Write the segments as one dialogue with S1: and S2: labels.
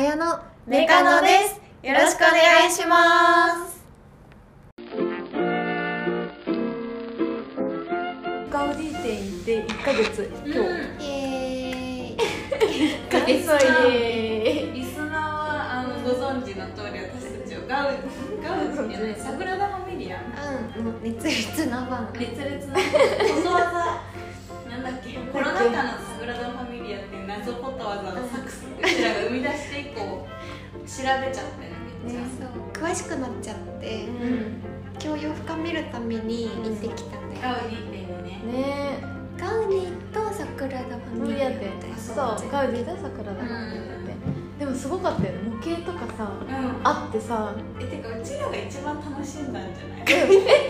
S1: やの
S2: メカノです。よろしくお願いします。
S3: ガウディ店行って1ヶ月、今日。
S1: イエーイ
S3: 1ヶ月はイエーイ。
S2: リスナーはご存知の通り、私たちをガウディじゃないサグラダ・ファミリア、
S1: もう熱烈なファン、
S2: 熱烈なことわざなんだっけ、コロナ禍のサグラダ・ファミリアっていう謎ことわざのサクスうちらが生み出して以降調べちゃってね、めっちゃ、
S1: そう詳しくなっちゃって、教養を深めるために行ってきたんだよ。
S2: ガウディ店にね。
S3: ね
S1: ガウディとサグラダ・ファミリアって
S3: そう、ガウディと桜田ファミリアってでもすごかったよね、模型とかさ、あってさ、
S2: てかうちらが一番楽しんだんじゃない？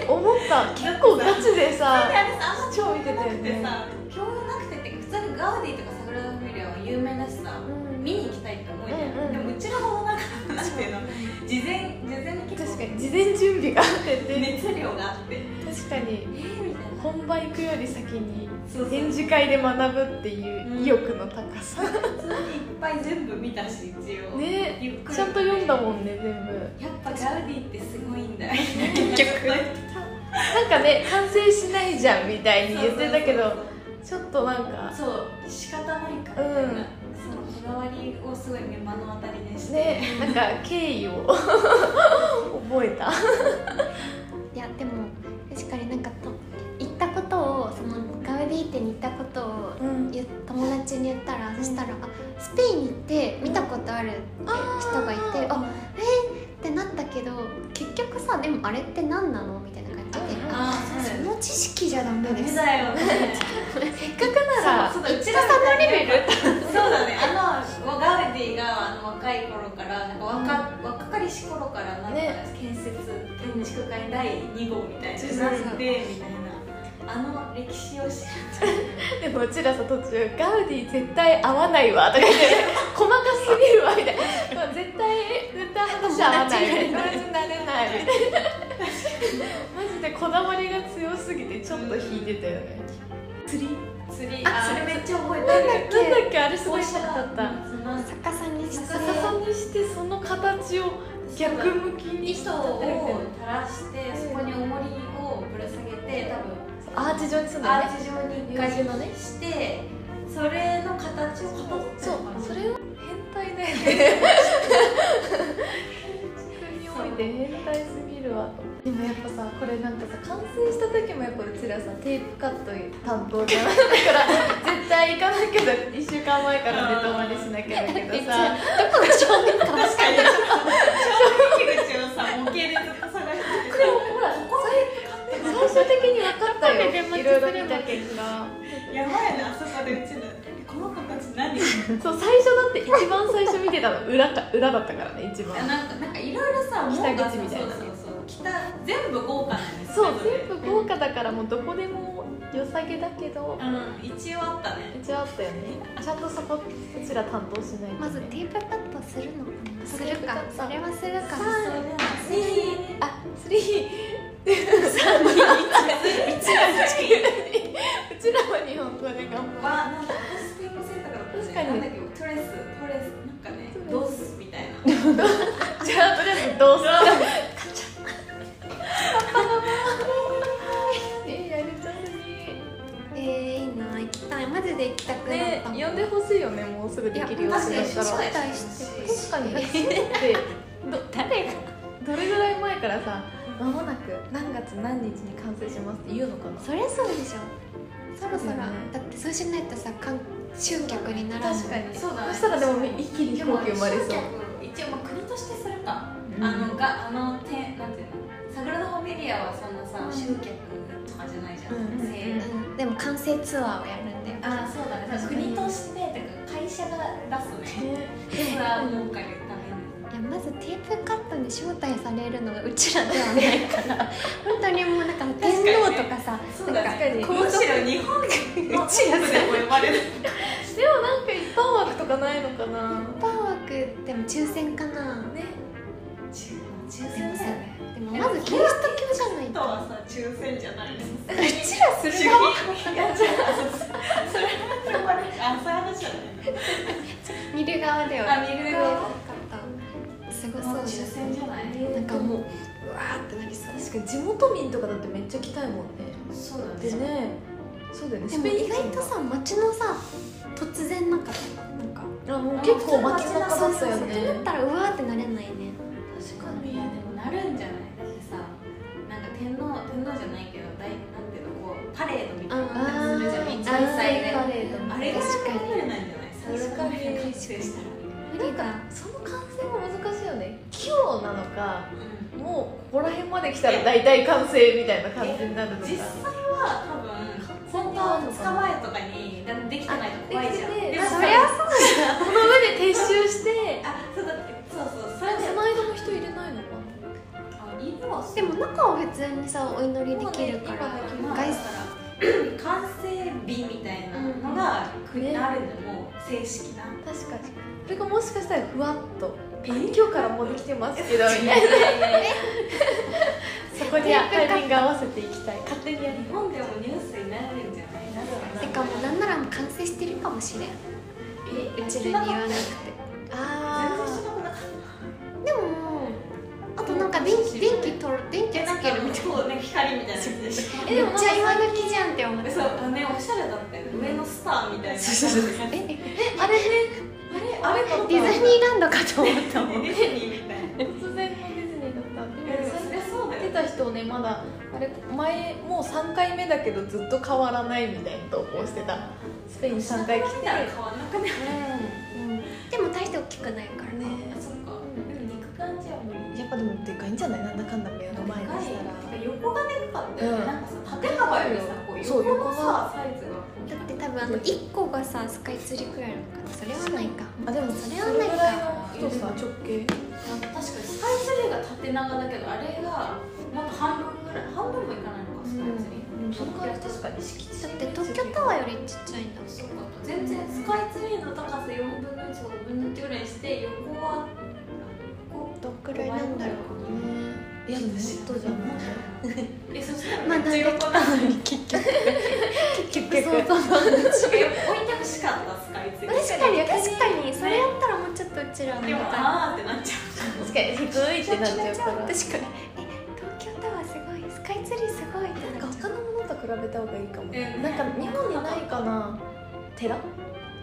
S3: 思った、結構ガチでさ、
S2: 超見てたよね。教養なくてって普通にガウディとかサグラダ・ファミリアは有名だしさ、見に行きたいって思うじゃん。でもうちらほどなんていうの、事前に結構
S3: 確かに事前準備があってて、
S2: 熱量があって、
S3: 確かに
S2: みたいな。
S3: 本番行くより先に
S2: そう
S3: 展示会で学ぶっていう意欲の高さ、
S2: 普通にいっぱい全部見たし、一応
S3: ね、
S2: ゆっくり
S3: ちゃんと読んだもんね、全部。
S2: やっぱガウディってすごいんだよ
S1: 結局
S3: なんかね、完成しないじゃんみたいに言ってたけど、ちょっとなんか
S2: そう仕方ないかみたいな、そのこだわりをすごい目の当たりにして
S3: ね、なんか敬意を覚えた。
S1: いやでも確かになんか行ったことを、そのガウディ店に行ったことを友達に言ったら、そしたらスペインに行って見たことあるって人がいて、ってなったけど、結局さ、でもあれって何なのみたいな感じで、その知識じゃダメです
S2: だよね
S3: せっかくなら
S2: そううちら
S1: さんのレベル
S2: そうだね、ガウディが若い頃からなんか若かりし頃からなんか建築家第2号みたいになってみたいな、歴史を知る。
S3: でもうちらさ、途中ガウディ絶対合わないわとか言って細かすぎるわみたいな、絶対話合わない、友達になれないみたいなマジでこだわりが強すぎてちょっと引いてたよね。釣り
S2: それめっちゃ覚えてる。
S3: なんだっけ、あれすごいショックだった。
S1: 逆さにして
S3: 逆さにしてその形を逆向きに
S2: 糸を垂らして、そこに重りをぶら下げて、多分
S3: アーチ状にするんだよね。
S2: アーチ状に一回して、それの形をかたどってるのかな。
S3: それを変態だよねにおいて変態すぎるわと。でもやっぱさ、これなんかさ、完成した時もやっぱうちらさ、テープカット担当じゃないだから絶対行かなきゃだって、1週間前から寝泊まりしなきゃだけどさ、
S1: どこが正面か
S2: 確かに正面口をさ、模型でずっと探してて、
S3: ほら最終的に分かったよ、いろいろ見た結果。
S2: やばいな、あそこでうちらこの形何
S3: そう、最初だって一番最初見てたの裏だったからね、一番。
S2: なんかいろいろさ、
S3: 北口みたいな。
S2: 全部豪華なんです。
S3: そう、全部豪華だからもうどこでも良さげだけど、
S2: 一応あったね。
S3: 一応あったよね。ちゃんとそこうちら担当しないとね。
S1: まずテープカットするのかな。するか、それはするか。
S3: うちらは日本語で頑張る。
S2: なんかスペイン語選択だったね。
S3: 確かに。
S2: なんだっけ、トレスなんかね、ドスみたいな。
S3: じゃあとりあえずどうする？やりたすぎ。
S1: いいな、行きたい。マジで行きたくなったもん。
S3: 呼んでほしいよね、もうすぐできるようになったら。
S1: 招待してほしい。
S3: 確かに。で、誰がどれぐらい前からさ、間もなく何月何日に完成しますって言うのかな。
S1: そりゃそうでしょ。そろそろだってそうしないとさ、集客にならない。
S3: 確かに。
S2: そうだね。
S3: そしたらでも一気に飛行機生まれそう。
S2: 一応国としてするか。なんていうの、サグラダ・ファミリアはそんなさ、集客とかじゃないじゃん。
S1: でも完成ツアーをやるんだよ。
S2: そうだね。国として会社が出すね。ツアー儲かるために。
S1: いや、まずテープカットに招待されるのがうちらではないから本当にもうなんか天皇とかさ、
S2: なんかむしろ日本のトップでも呼ばれる。
S3: でもなんか一般枠とかないのかな。
S1: 一般枠でも抽選かな。ね、
S2: 抽選だよね。
S1: でもまずキリスト教じゃないと。
S2: はさ、抽選じゃないです。
S1: うちらする側。
S2: いや、じゃあそれは呼ばれる。そういう話じゃない。
S1: 見る側では。
S2: 見る側。
S1: なんかもううわーってなりそう。
S3: 確かに地元民とかだってめっちゃ来たいもんね。
S2: そうだ
S3: でね、そうだよね。
S1: でも意外とさ街のさ突然なんか
S3: あ、もう結構街中だったよ
S1: ってな
S3: ね
S1: っ。たらうわーってなれないね。
S3: 確かに。
S2: いやでもなるんじゃない。だってさ、なんか天皇じゃないけどなんていうのこうパレードみたいなのあったりするじゃん。一大祭で
S3: パレード。
S2: あれが
S1: 確かに
S2: レベルなんじゃない。
S3: 確かに
S2: 完成したら。
S1: 無理だ。
S3: その完成も難しいよね。器用なのか、
S2: うん
S3: もうここら辺まで来たら大体完成みたいな感じになるのか。
S2: 実際は多分本当は2日前とかにできてないと怖いじゃん。
S3: できてて
S2: も
S1: そりゃそう
S3: この上で撤収して
S2: そうだってそうそれで
S3: その間も人入れないのか
S2: 犬は
S1: でも中は普通にさお祈りできるから
S2: まあ
S1: 外
S2: 完成日みたいなのが国にあるんでもう正式な。
S3: な。確かにそれがもしかしたらふわっと今日からもうできてますけどみたいなそこにタイミング合わせていきたい。勝手にやり
S2: 日本でもニュースになるんじゃない。なる
S1: てかもうなんならもう完成してるかもしれん。うちらに言わなくて。
S3: あ
S2: 全然しなくなかった。
S1: でもあとなんか電気つけるみたいな。
S2: そうね光みたいなやつでしょ。
S1: めっちゃ今時じゃんって思って。
S2: そうねおしゃれだったよね。上のスターみたいな。
S3: あれね
S2: あれ
S1: ディズニーランドかと思ったもん。
S2: ディズニーみたいな。
S3: 突然のディズニーだった。でも
S2: そりゃそうだよ。
S3: 出た人ねまだあれ前もう3回目だけどずっと変わらないみたいな投稿してた。スペイン3回来て
S2: 見たら変わんなくなる。
S1: でも大して大きくないからね。
S2: あそっか。でも肉感じは無理。
S3: やっぱでもでかいんじゃない？なんだかんだ目の前にしたら。
S2: 横がでかかったよね。なんかさ縦幅よりさこう横のさサイズが。
S1: だって多分1個がさスカイツリーくらいなのかな。それはないか。
S3: あでも
S1: それはないか。
S3: 太さ直径。
S2: 確かにスカイツリーが縦長だけどあれがもっと半分ぐらい半分もいかないのかスカイツリー。
S3: そのくらい確かに敷地。
S1: だって東京タワーよりちっちゃいんだもん。
S2: そうか全然スカイツリーの高さ4分の1とか5分の1ぐらいして横は
S1: どっくらいなんだろう。
S3: いやでももっとじゃない。
S2: そしたら
S1: まあ
S2: めっちゃ横なのに
S1: 結局
S3: そうそうそう。
S2: 置いてほしかったスカイツリー。
S1: 確かにそれやったらもうちょっとうちらの
S2: でもあーってなっちゃう。
S3: 確かに低いってなっちゃうから。
S1: 確かに東京タワーすごいスカイツリーすごいってなっちゃう。
S3: 他のものと比べた方がいいかも。
S2: ね
S3: なんか日本にないかな。寺？なんか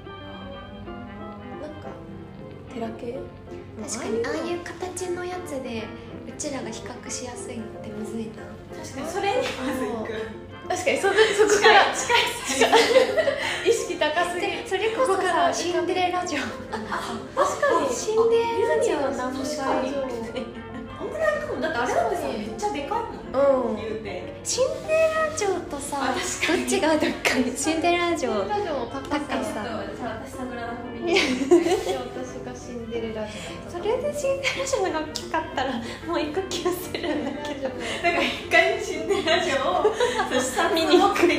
S3: 寺系？
S1: 確かにああいう形のやつでうちらが比較しやすいのってむずいな。
S2: 確かにそれにまず行く。
S3: 確かにそこから
S2: 近いサイズ。
S3: 意識高すぎる。
S1: それこそさシンデレラ城。
S3: 確かに
S1: シンデレラ城なんか
S2: 確かに。こんぐらいかも。だってあれだってさめっちゃでかいもん。言うて。
S1: シンデレラ城とさどっちがでっかい？シンデレラ城
S3: ラジオの高
S1: 高
S3: さ。
S1: さ。
S2: 私桜田ファミリー。
S3: 私がシンデレラ城。
S1: それでシンデレラ城が大きかったらもう行く気がするんだけど。
S2: だから一回シンデレラ城を視察目的で見に行く。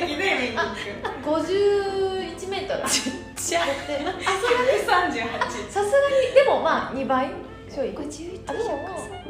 S3: 51メートル。ちっちゃい。
S2: 138。
S3: さすがにでもまあ2倍ちょい。
S1: 51
S3: あでも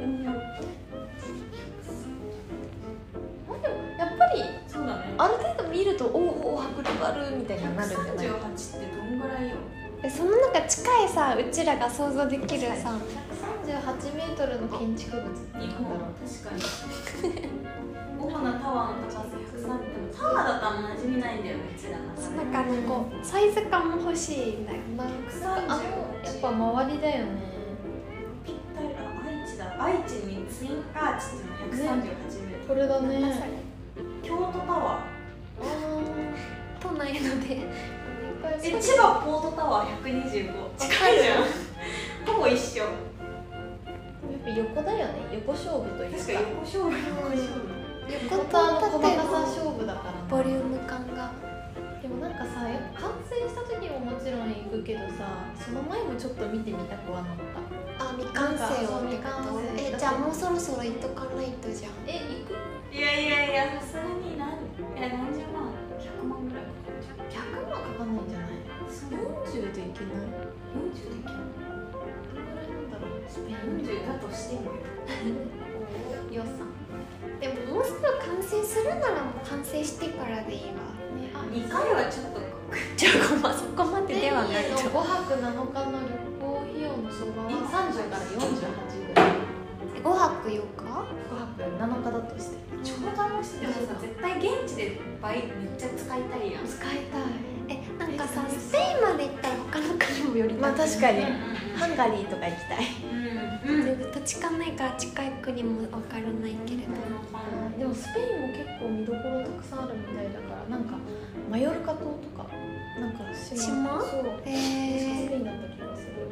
S3: やっぱり
S2: そうだね。
S3: ある程度見るとおお迫力あるみたいになるんじゃない？
S2: 138ってどんぐらいよ。
S1: そのなんか近いさうちらが想像できるさ
S3: 138メートルの建築物って
S2: 日
S3: なんだろう。
S2: 本確かに。主なタワーの高さ130。でもタワーだとあんま馴染みないんだよねうちらの中で。
S1: なんかこうサイズ感も欲しいんだよな。
S3: やっぱ周りだよね。
S2: ぴったり愛知だ。愛知にツインアーチっていうの138メートル。
S3: これだね。
S1: なんだそれ
S2: 京都タワ
S1: 都内ので
S2: ー。千葉ポートタワー125。近いじゃん。ほぼ一緒。
S3: やっぱ横だよね。横勝負というか。
S2: 確か横勝負。
S1: 横と
S3: 横と細
S1: 縦
S3: かさ
S1: の
S3: 勝負だからな。
S1: ボリューム感が。
S3: でもなんかさ、やっぱ完成した時ももちろん行くけどさ、その前もちょっと見てみたくはなった。
S1: あ、未完成をってこ
S3: そう
S1: と？
S3: 未完成
S1: じゃあもうそろそろ行っとかないとじゃん。
S3: 行く？
S2: いやさすがに何十万100万ぐらいかかっちゃう。
S3: 100万かかんないんじゃない？40でいけない
S2: 40できる。
S3: どれぐらいなんだろう。スペイン
S2: 40だとしてもよ。
S3: 予算
S1: でももうすぐ完成するならもう完成してからでいいわ。
S3: ね。あ、
S2: 2回はちょっと
S1: じゃあそこまでではない
S3: スペインの5泊7日の旅行費用の相場は30から48ぐらい。
S1: 5泊8日
S3: 5泊7日だとして
S2: 超楽しい。でもさ絶対現地で倍めっちゃ使いたいやん。
S3: 使いたい。
S1: なんかさスペインまで行ったら他の国もよりたい。
S3: まあ確かに
S2: うん
S3: ハンガリーとか行きたい。
S1: 土地勘ないから近い国も分からないけれど、
S3: でもスペインも結構見どころたくさんあるみたいだからなんかマヨルカ島とかなんか
S1: 島
S3: そうスペインだった気がする。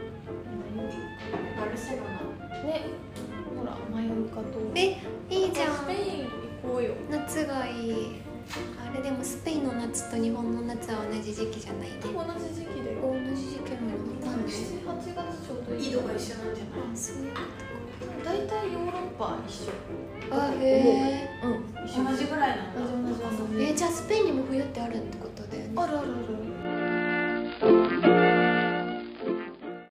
S2: バルセロナ
S3: ね、ほらマヨルカ島。
S1: いいじゃん。
S3: スペイン行こうよ。
S1: 夏がいい。あれでもスペインの夏と日本の夏は同じ時期じゃないね。
S3: 同じ時期で
S1: 同じ時期なの。なんで
S3: 7、8月ちょうどいい。
S2: 緯度が一緒なんじゃない？
S1: そういうこ
S3: 大体ヨーロッパ一緒。
S1: とか。へえ。
S3: うん、一緒。
S2: 同じぐらいなんだ。
S3: 同じ。
S1: じゃあスペインにも冬ってあるってことだよね。
S3: あるあるある。